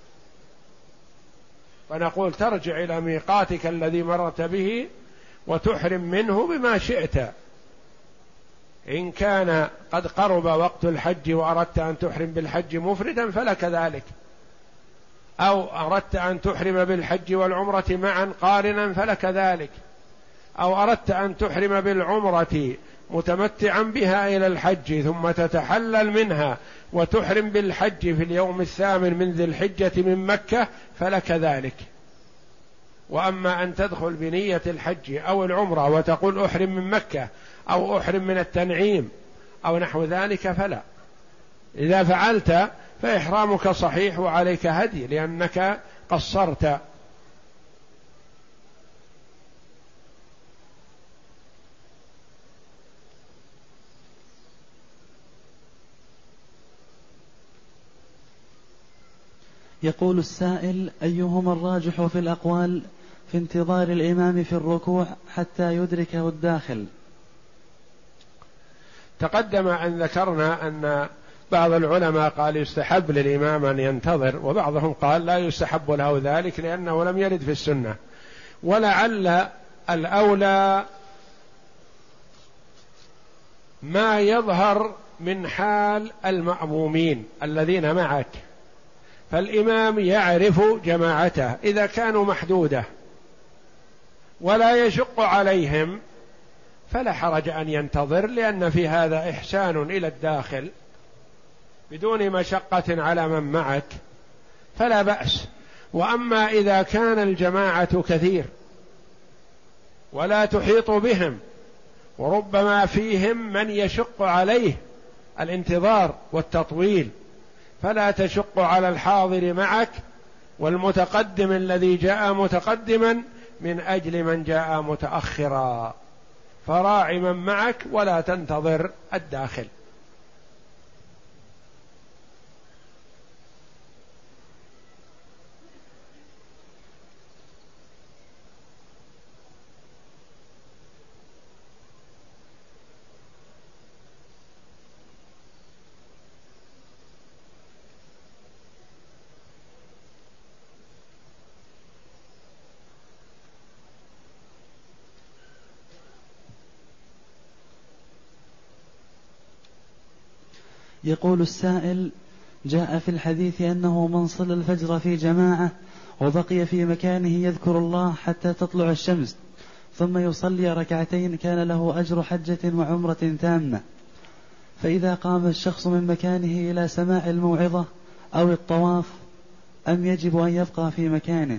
فنقول ترجع إلى ميقاتك الذي مرت به وتحرم منه بما شئت، إن كان قد قرب وقت الحج وأردت أن تحرم بالحج مفردا فلك ذلك، أو أردت أن تحرم بالحج والعمرة معا قارنا فلك ذلك، أو أردت أن تحرم بالعمرة متمتعا بها إلى الحج ثم تتحلل منها وتحرم بالحج في اليوم الثامن من ذي الحجة من مكة فلك ذلك. وأما أن تدخل بنية الحج أو العمرة وتقول أحرم من مكة أو أحرم من التنعيم أو نحو ذلك فلا، إذا فعلت فإحرامك صحيح وعليك هدي لأنك قصرت. يقول السائل: أيهما الراجح في الأقوال في انتظار الإمام في الركوع حتى يدركه الداخل؟ تقدم أن ذكرنا أن بعض العلماء قال يستحب للإمام أن ينتظر، وبعضهم قال لا يستحب له ذلك لأنه لم يرد في السنة، ولعل الأولى ما يظهر من حال المأمومين الذين معك، فالإمام يعرف جماعته إذا كانوا محدودة ولا يشق عليهم فلا حرج أن ينتظر، لأن في هذا إحسان إلى الداخل بدون مشقة على من معك فلا بأس. وأما إذا كان الجماعة كثير ولا تحيط بهم وربما فيهم من يشق عليه الانتظار والتطويل، فلا تشق على الحاضر معك والمتقدم الذي جاء متقدما من أجل من جاء متأخرا، فراع من معك ولا تنتظر الداخل. يقول السائل: جاء في الحديث أنه من صلى الفجر في جماعة وبقي في مكانه يذكر الله حتى تطلع الشمس ثم يصلي ركعتين كان له أجر حجة وعمرة تامة، فإذا قام الشخص من مكانه إلى سماع الموعظة أو الطواف أم يجب أن يبقى في مكانه؟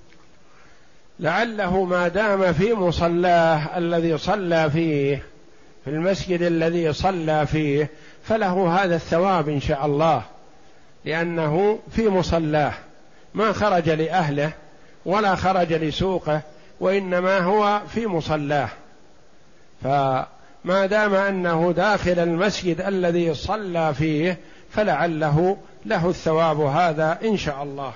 لعله ما دام في مصلاه الذي صلى فيه في المسجد الذي صلى فيه فله هذا الثواب إن شاء الله، لأنه في مصلاه ما خرج لأهله ولا خرج لسوقه، وإنما هو في مصلاه، فما دام أنه داخل المسجد الذي صلى فيه فلعله له الثواب هذا إن شاء الله.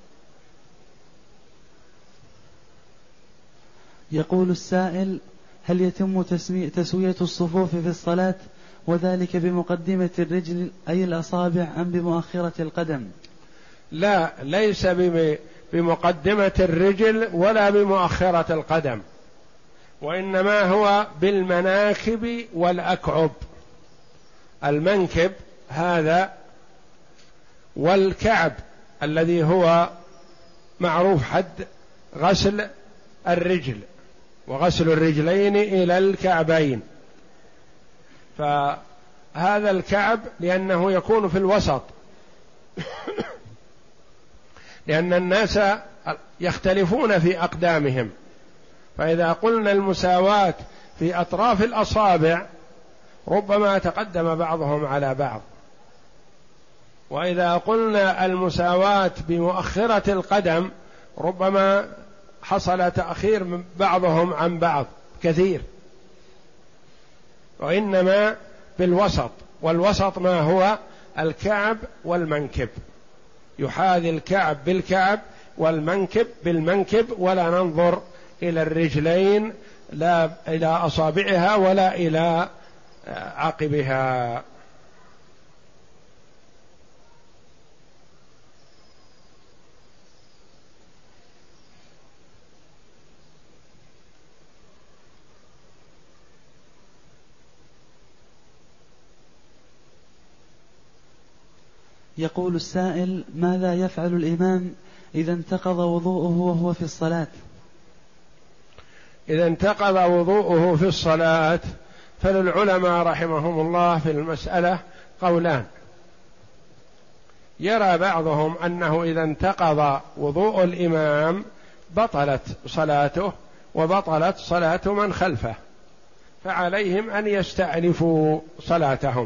يقول السائل: هل يتم تسوية الصفوف في الصلاة وذلك بمقدمة الرجل أي الأصابع أم بمؤخرة القدم؟ لا، ليس بمقدمة الرجل ولا بمؤخرة القدم، وإنما هو بالمناكب والأكعب. المنكب هذا والكعب الذي هو معروف حد غسل الرجل، وغسل الرجلين إلى الكعبين. فهذا الكعب لأنه يكون في الوسط لأن الناس يختلفون في أقدامهم، فإذا قلنا المساواة في أطراف الأصابع ربما تقدم بعضهم على بعض، وإذا قلنا المساواة بمؤخرة القدم ربما حصل تأخير من بعضهم عن بعض كثير، وإنما بالوسط، والوسط ما هو الكعب والمنكب، يحاذي الكعب بالكعب والمنكب بالمنكب، ولا ننظر إلى الرجلين لا إلى أصابعها ولا إلى عقبها. يقول السائل: ماذا يفعل الإمام إذا انتقض وضوءه وهو في الصلاة؟ إذا انتقض وضوءه في الصلاة فللعلماء رحمهم الله في المسألة قولان. يرى بعضهم أنه إذا انتقض وضوء الإمام بطلت صلاته وبطلت صلاة من خلفه، فعليهم أن يستأنفوا صلاتهم.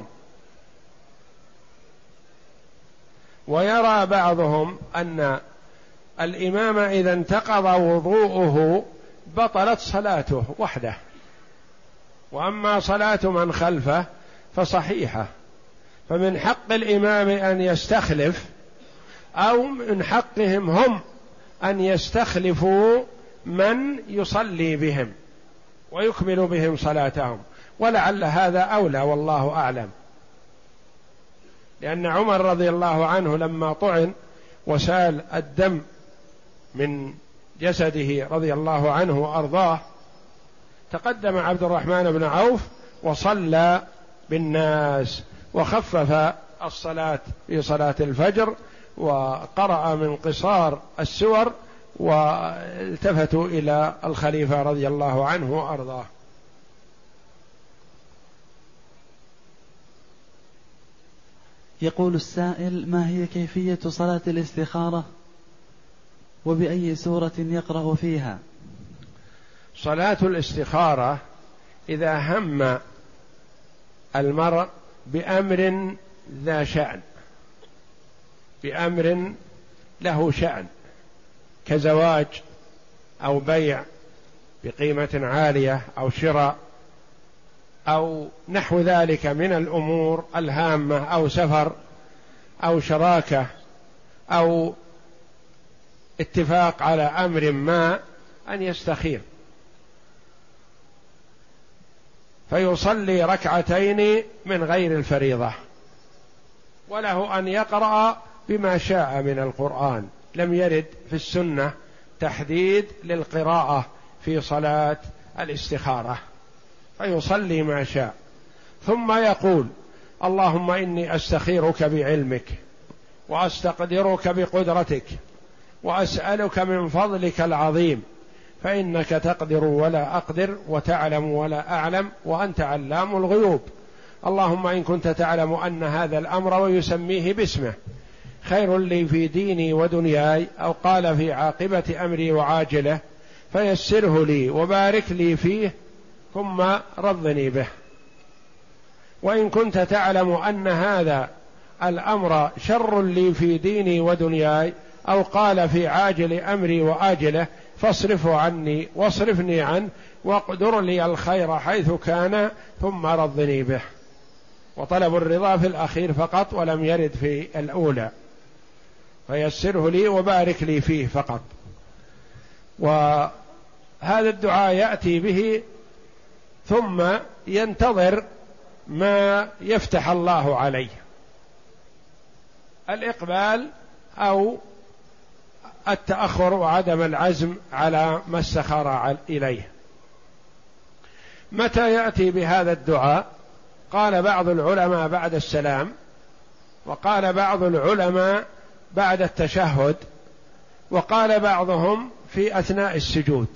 ويرى بعضهم أن الإمام إذا انتقض وضوءه بطلت صلاته وحده، وأما صلاة من خلفه فصحيحة، فمن حق الإمام أن يستخلف، أو من حقهم هم أن يستخلفوا من يصلي بهم ويكمل بهم صلاتهم، ولعل هذا أولى والله أعلم. لأن عمر رضي الله عنه لما طعن وسال الدم من جسده رضي الله عنه وأرضاه، تقدم عبد الرحمن بن عوف وصلى بالناس وخفف الصلاة في صلاة الفجر، وقرأ من قصار السور، والتفتوا إلى الخليفة رضي الله عنه وأرضاه. يقول السائل: ما هي كيفية صلاة الاستخارة وبأي سورة يقرأ فيها؟ صلاة الاستخارة إذا هم المرء بأمر ذا شأن، بأمر له شأن كزواج أو بيع بقيمة عالية أو شراء أو نحو ذلك من الأمور الهامة، أو سفر أو شراكة أو اتفاق على أمر ما، أن يستخير فيصلي ركعتين من غير الفريضة، وله أن يقرأ بما شاء من القرآن. لم يرد في السنة تحديد للقراءة في صلاة الاستخارة، فيصلي ما شاء، ثم يقول: اللهم إني أستخيرك بعلمك وأستقدرك بقدرتك وأسألك من فضلك العظيم، فإنك تقدر ولا أقدر وتعلم ولا أعلم وأنت علام الغيوب. اللهم إن كنت تعلم أن هذا الأمر ويسميه باسمه خير لي في ديني ودنياي، أو قال في عاقبة أمري وعاجله، فيسره لي وبارك لي فيه ثم رضني به. وإن كنت تعلم أن هذا الأمر شر لي في ديني ودنياي، أو قال في عاجل أمري وآجله، فاصرفه عني واصرفني عنه واقدر لي الخير حيث كان ثم رضني به. وطلب الرضا في الأخير فقط، ولم يرد في الأولى، فيسره لي وبارك لي فيه فقط. وهذا الدعاء يأتي به ثم ينتظر ما يفتح الله عليه، الإقبال أو التأخر وعدم العزم على ما استخار إليه. متى يأتي بهذا الدعاء؟ قال بعض العلماء بعد السلام، وقال بعض العلماء بعد التشهد، وقال بعضهم في أثناء السجود،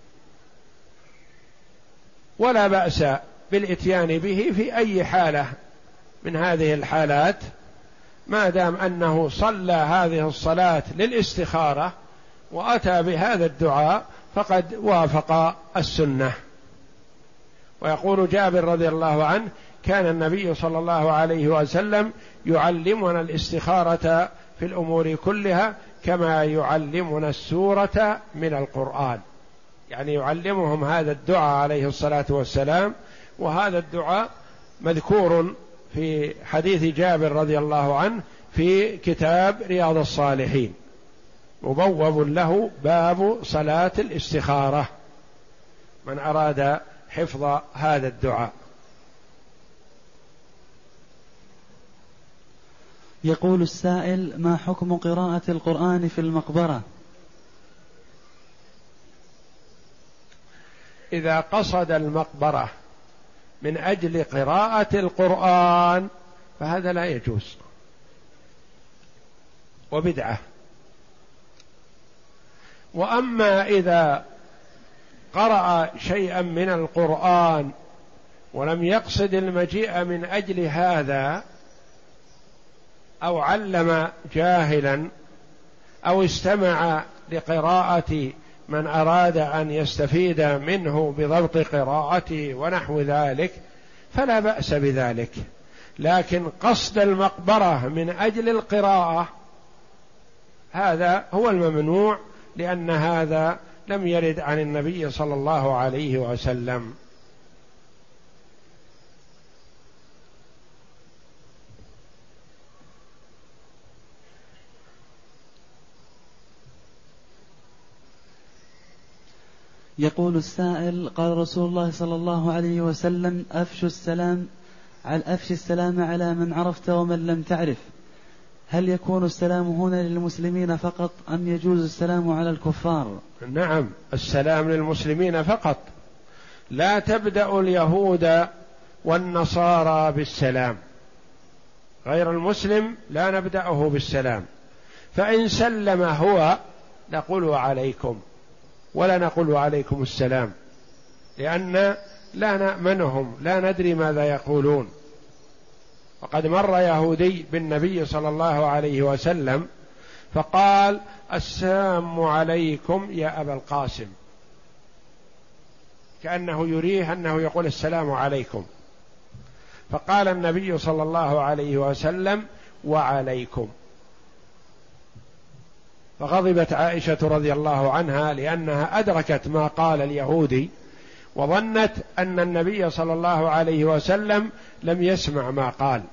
ولا بأس بالإتيان به في أي حالة من هذه الحالات، ما دام أنه صلى هذه الصلاة للاستخارة وأتى بهذا الدعاء فقد وافق السنة. ويقول جابر رضي الله عنه: كان النبي صلى الله عليه وسلم يعلمنا الاستخارة في الأمور كلها كما يعلمنا السورة من القرآن، يعني يعلمهم هذا الدعاء عليه الصلاة والسلام. وهذا الدعاء مذكور في حديث جابر رضي الله عنه في كتاب رياض الصالحين، مبوب له باب صلاة الاستخارة، من أراد حفظ هذا الدعاء. يقول السائل: ما حكم قراءة القرآن في المقبرة؟ إذا قصد المقبرة من أجل قراءة القرآن فهذا لا يجوز وبدعة. وأما إذا قرأ شيئا من القرآن ولم يقصد المجيء من أجل هذا، أو علم جاهلا، أو استمع لقراءة من أراد أن يستفيد منه بضبط قراءته ونحو ذلك، فلا بأس بذلك. لكن قصد المقبرة من أجل القراءة هذا هو الممنوع، لأن هذا لم يرد عن النبي صلى الله عليه وسلم. يقول السائل: قال رسول الله صلى الله عليه وسلم: أفشوا السلام على أفشي السلام على من عرفت ومن لم تعرف. هل يكون السلام هنا للمسلمين فقط أم يجوز السلام على الكفار؟ نعم، السلام للمسلمين فقط، لا تبدأ اليهود والنصارى بالسلام، غير المسلم لا نبدأه بالسلام. فإن سلم هو نقول عليكم، ولا نقول عليكم السلام، لأن لا نأمنهم، لا ندري ماذا يقولون. وقد مر يهودي بالنبي صلى الله عليه وسلم فقال: السلام عليكم يا أبا القاسم، كأنه يريه أنه يقول السلام عليكم. فقال النبي صلى الله عليه وسلم: وعليكم. فغضبت عائشة رضي الله عنها لأنها أدركت ما قال اليهودي، وظنت أن النبي صلى الله عليه وسلم لم يسمع ما قال،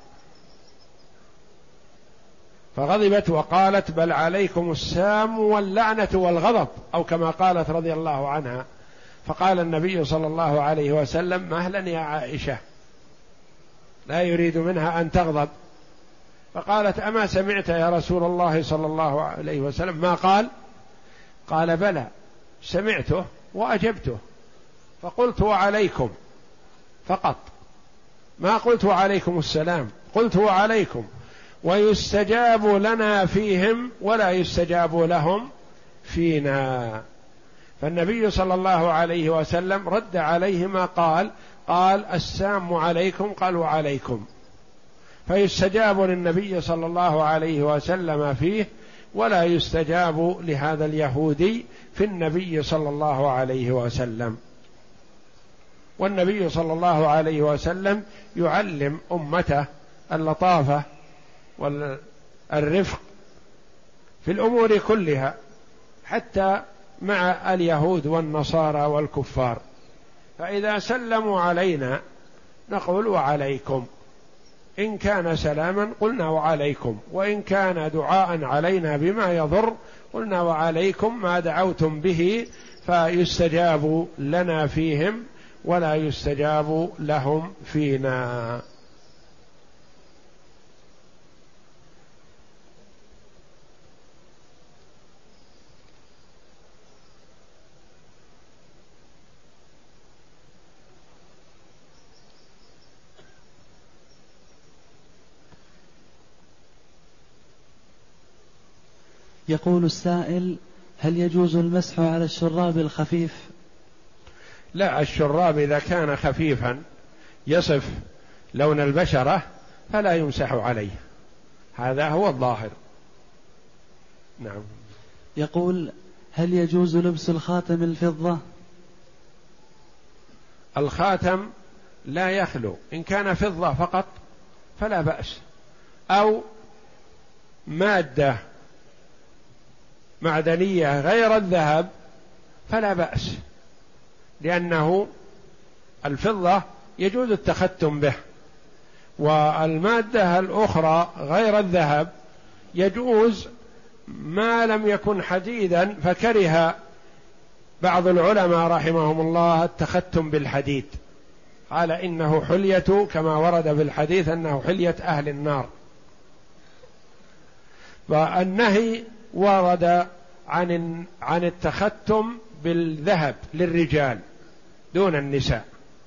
فغضبت وقالت: بل عليكم السام واللعنة والغضب، أو كما قالت رضي الله عنها. فقال النبي صلى الله عليه وسلم: مهلا يا عائشة، لا يريد منها أن تغضب. فقالت: أما سمعت يا رسول الله صلى الله عليه وسلم ما قال؟ قال: بلى سمعته وأجبته، فقلت وعليكم فقط، ما قلت وعليكم السلام، قلت وعليكم، ويستجاب لنا فيهم ولا يستجاب لهم فينا. فالنبي صلى الله عليه وسلم رد عليه ما قال، قال: السام عليكم، قال: وعليكم، فيستجاب للنبي صلى الله عليه وسلم فيه، ولا يستجاب لهذا اليهودي في النبي صلى الله عليه وسلم. والنبي صلى الله عليه وسلم يعلم أمته اللطافة والرفق في الأمور كلها، حتى مع اليهود والنصارى والكفار. فإذا سلموا علينا نقول وعليكم، إن كان سلاما قلنا وعليكم، وإن كان دعاء علينا بما يضر قلنا وعليكم ما دعوتم به، فيستجاب لنا فيهم ولا يستجاب لهم فينا. يقول السائل: هل يجوز المسح على الشراب الخفيف؟ لا، الشراب إذا كان خفيفا يصف لون البشرة فلا يمسح عليه، هذا هو الظاهر. نعم. يقول: هل يجوز لبس الخاتم الفضة؟ الخاتم لا يخلو، إن كان فضة فقط فلا بأس، أو مادة معدنية غير الذهب فلا بأس، لأنه الفضة يجوز التختم به، والمادة الأخرى غير الذهب يجوز ما لم يكن حديدا، فكره بعض العلماء رحمهم الله التختم بالحديد، قال إنه حلية، كما ورد في الحديث أنه حلية أهل النار. والنهي ورد عن عن التختم بالذهب للرجال دون النساء.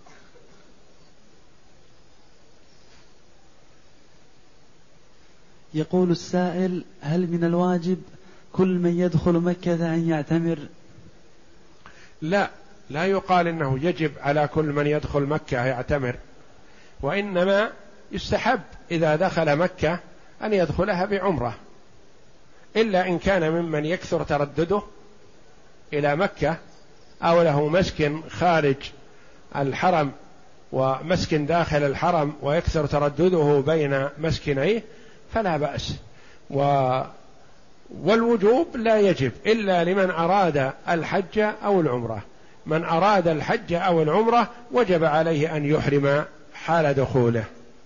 يقول السائل: هل من الواجب كل من يدخل مكة أن يعتمر؟ لا، لا يقال إنه يجب على كل من يدخل مكة يعتمر، وإنما يستحب إذا دخل مكة أن يدخلها بعمرة، إلا إن كان ممن يكثر تردده إلى مكة أو له مسكن خارج الحرم ومسكن داخل الحرم ويكثر تردده بين مسكنيه فلا بأس. و والوجوب لا يجب إلا لمن أراد الحج أو العمرة. من أراد الحج أو العمرة وجب عليه أن يحرم حال دخوله.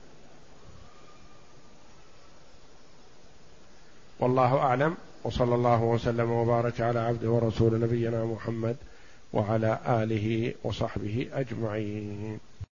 والله أعلم، وصلى الله وسلم وبارك على عبده ورسول نبينا محمد وعلى آله وصحبه أجمعين.